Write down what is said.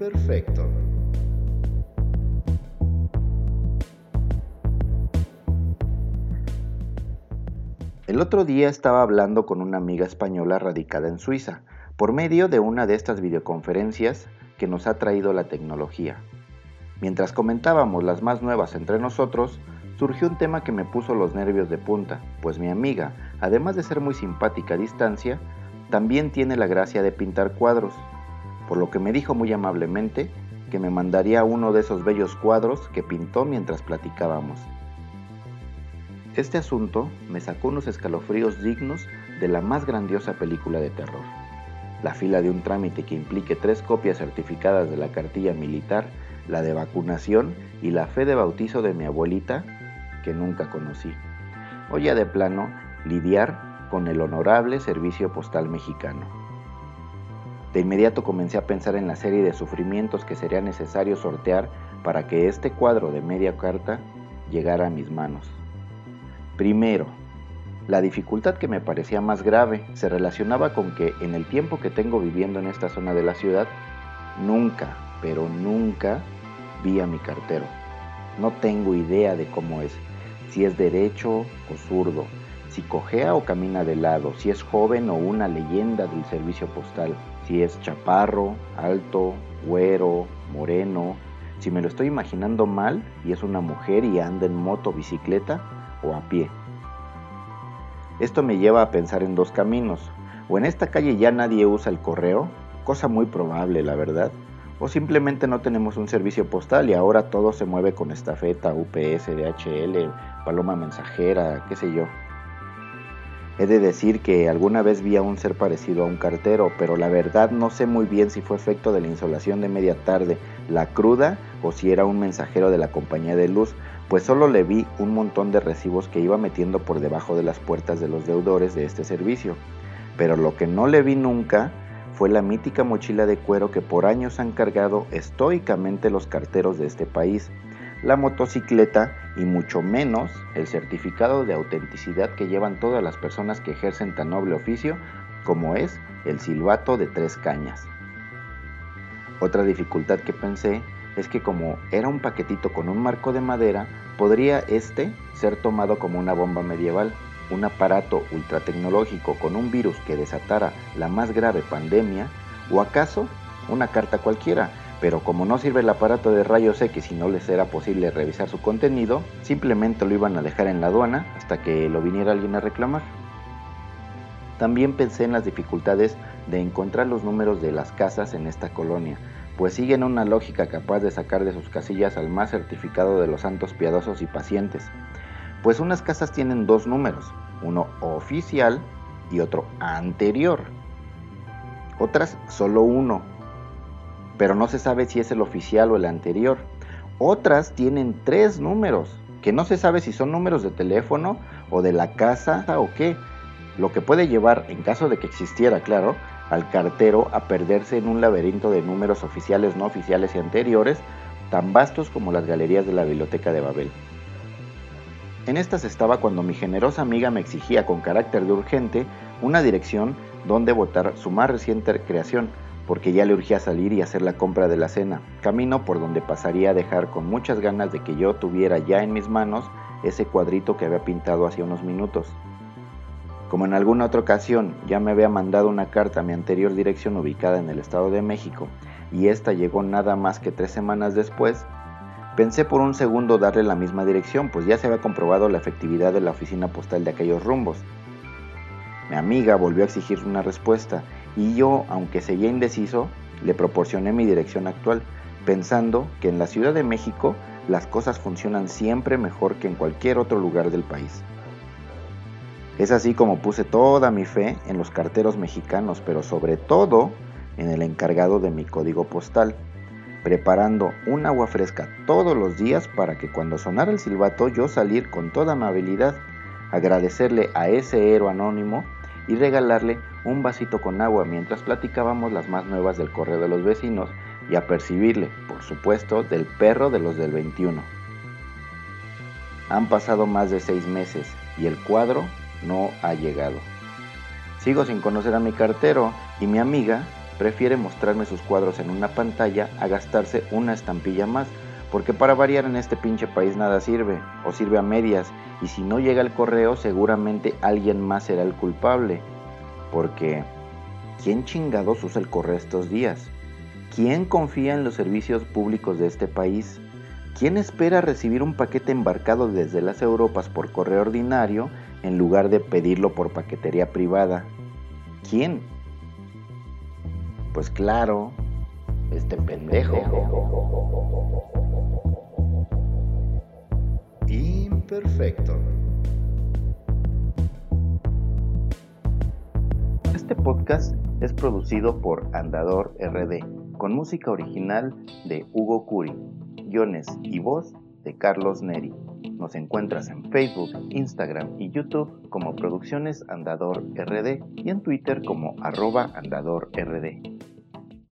Perfecto. El otro día estaba hablando con una amiga española radicada en Suiza, por medio de una de estas videoconferencias que nos ha traído la tecnología. Mientras comentábamos las más nuevas entre nosotros, surgió un tema que me puso los nervios de punta, pues mi amiga, además de ser muy simpática a distancia, también tiene la gracia de pintar cuadros, por lo que me dijo muy amablemente que me mandaría uno de esos bellos cuadros que pintó mientras platicábamos. Este asunto me sacó unos escalofríos dignos de la más grandiosa película de terror. La fila de un trámite que implique 3 copias certificadas de la cartilla militar, la de vacunación y la fe de bautizo de mi abuelita, que nunca conocí. O ya de plano, lidiar con el honorable servicio postal mexicano. De inmediato comencé a pensar en la serie de sufrimientos que sería necesario sortear para que este cuadro de media carta llegara a mis manos. Primero, la dificultad que me parecía más grave se relacionaba con que en el tiempo que tengo viviendo en esta zona de la ciudad, nunca, pero nunca vi a mi cartero. No tengo idea de cómo es, si es derecho o zurdo, si cojea o camina de lado, si es joven o una leyenda del servicio postal, si es chaparro, alto, güero, moreno, si me lo estoy imaginando mal y es una mujer y anda en moto, bicicleta o a pie. Esto me lleva a pensar en 2 caminos, o en esta calle ya nadie usa el correo, cosa muy probable la verdad, o simplemente no tenemos un servicio postal y ahora todo se mueve con estafeta, UPS, DHL, paloma mensajera, qué sé yo. He de decir que alguna vez vi a un ser parecido a un cartero, pero la verdad no sé muy bien si fue efecto de la insolación de media tarde, la cruda o si era un mensajero de la compañía de luz, pues solo le vi un montón de recibos que iba metiendo por debajo de las puertas de los deudores de este servicio. Pero lo que no le vi nunca fue la mítica mochila de cuero que por años han cargado estoicamente los carteros de este país, la motocicleta y mucho menos el certificado de autenticidad que llevan todas las personas que ejercen tan noble oficio como es el silbato de 3 cañas. Otra dificultad que pensé es que como era un paquetito con un marco de madera, podría ser tomado como una bomba medieval, un aparato ultratecnológico con un virus que desatara la más grave pandemia, o acaso una carta cualquiera, pero como no sirve el aparato de rayos X y no les era posible revisar su contenido, simplemente lo iban a dejar en la aduana hasta que lo viniera alguien a reclamar. También pensé en las dificultades de encontrar los números de las casas en esta colonia, pues siguen una lógica capaz de sacar de sus casillas al más certificado de los santos piadosos y pacientes, pues unas casas tienen 2 números, uno oficial y otro anterior, otras solo uno, pero no se sabe si es el oficial o el anterior. Otras tienen 3 números, que no se sabe si son números de teléfono o de la casa o qué, lo que puede llevar, en caso de que existiera, claro, al cartero a perderse en un laberinto de números oficiales, no oficiales y anteriores, tan vastos como las galerías de la Biblioteca de Babel. En estas estaba cuando mi generosa amiga me exigía con carácter de urgente una dirección donde botar su más reciente creación, porque ya le urgía salir y hacer la compra de la cena, camino por donde pasaría a dejar con muchas ganas de que yo tuviera ya en mis manos ese cuadrito que había pintado hace unos minutos. Como en alguna otra ocasión ya me había mandado una carta a mi anterior dirección ubicada en el Estado de México y esta llegó nada más que 3 semanas después, pensé por un segundo darle la misma dirección, pues ya se había comprobado la efectividad de la oficina postal de aquellos rumbos. Mi amiga volvió a exigir una respuesta y yo, aunque seguía indeciso, le proporcioné mi dirección actual, pensando que en la Ciudad de México las cosas funcionan siempre mejor que en cualquier otro lugar del país. Es así como puse toda mi fe en los carteros mexicanos, pero sobre todo en el encargado de mi código postal, preparando un agua fresca todos los días para que cuando sonara el silbato yo salir con toda amabilidad, agradecerle a ese héroe anónimo y regalarle un vasito con agua mientras platicábamos las más nuevas del correo de los vecinos y apercibirle, por supuesto, del perro de los del 21. Han pasado más de 6 meses y el cuadro no ha llegado. Sigo sin conocer a mi cartero y mi amiga prefiere mostrarme sus cuadros en una pantalla a gastarse una estampilla más, porque para variar en este pinche país nada sirve, o sirve a medias, y si no llega el correo seguramente alguien más será el culpable, porque ¿quién chingados usa el correo estos días? ¿Quién confía en los servicios públicos de este país? ¿Quién espera recibir un paquete embarcado desde las Europas por correo ordinario en lugar de pedirlo por paquetería privada? ¿Quién? Pues claro, este pendejo. Imperfecto. Este podcast es producido por Andador RD, con música original de Hugo Curi, guiones y voz de Carlos Neri. Nos encuentras en Facebook, Instagram y YouTube como Producciones Andador RD y en Twitter como @AndadorRD.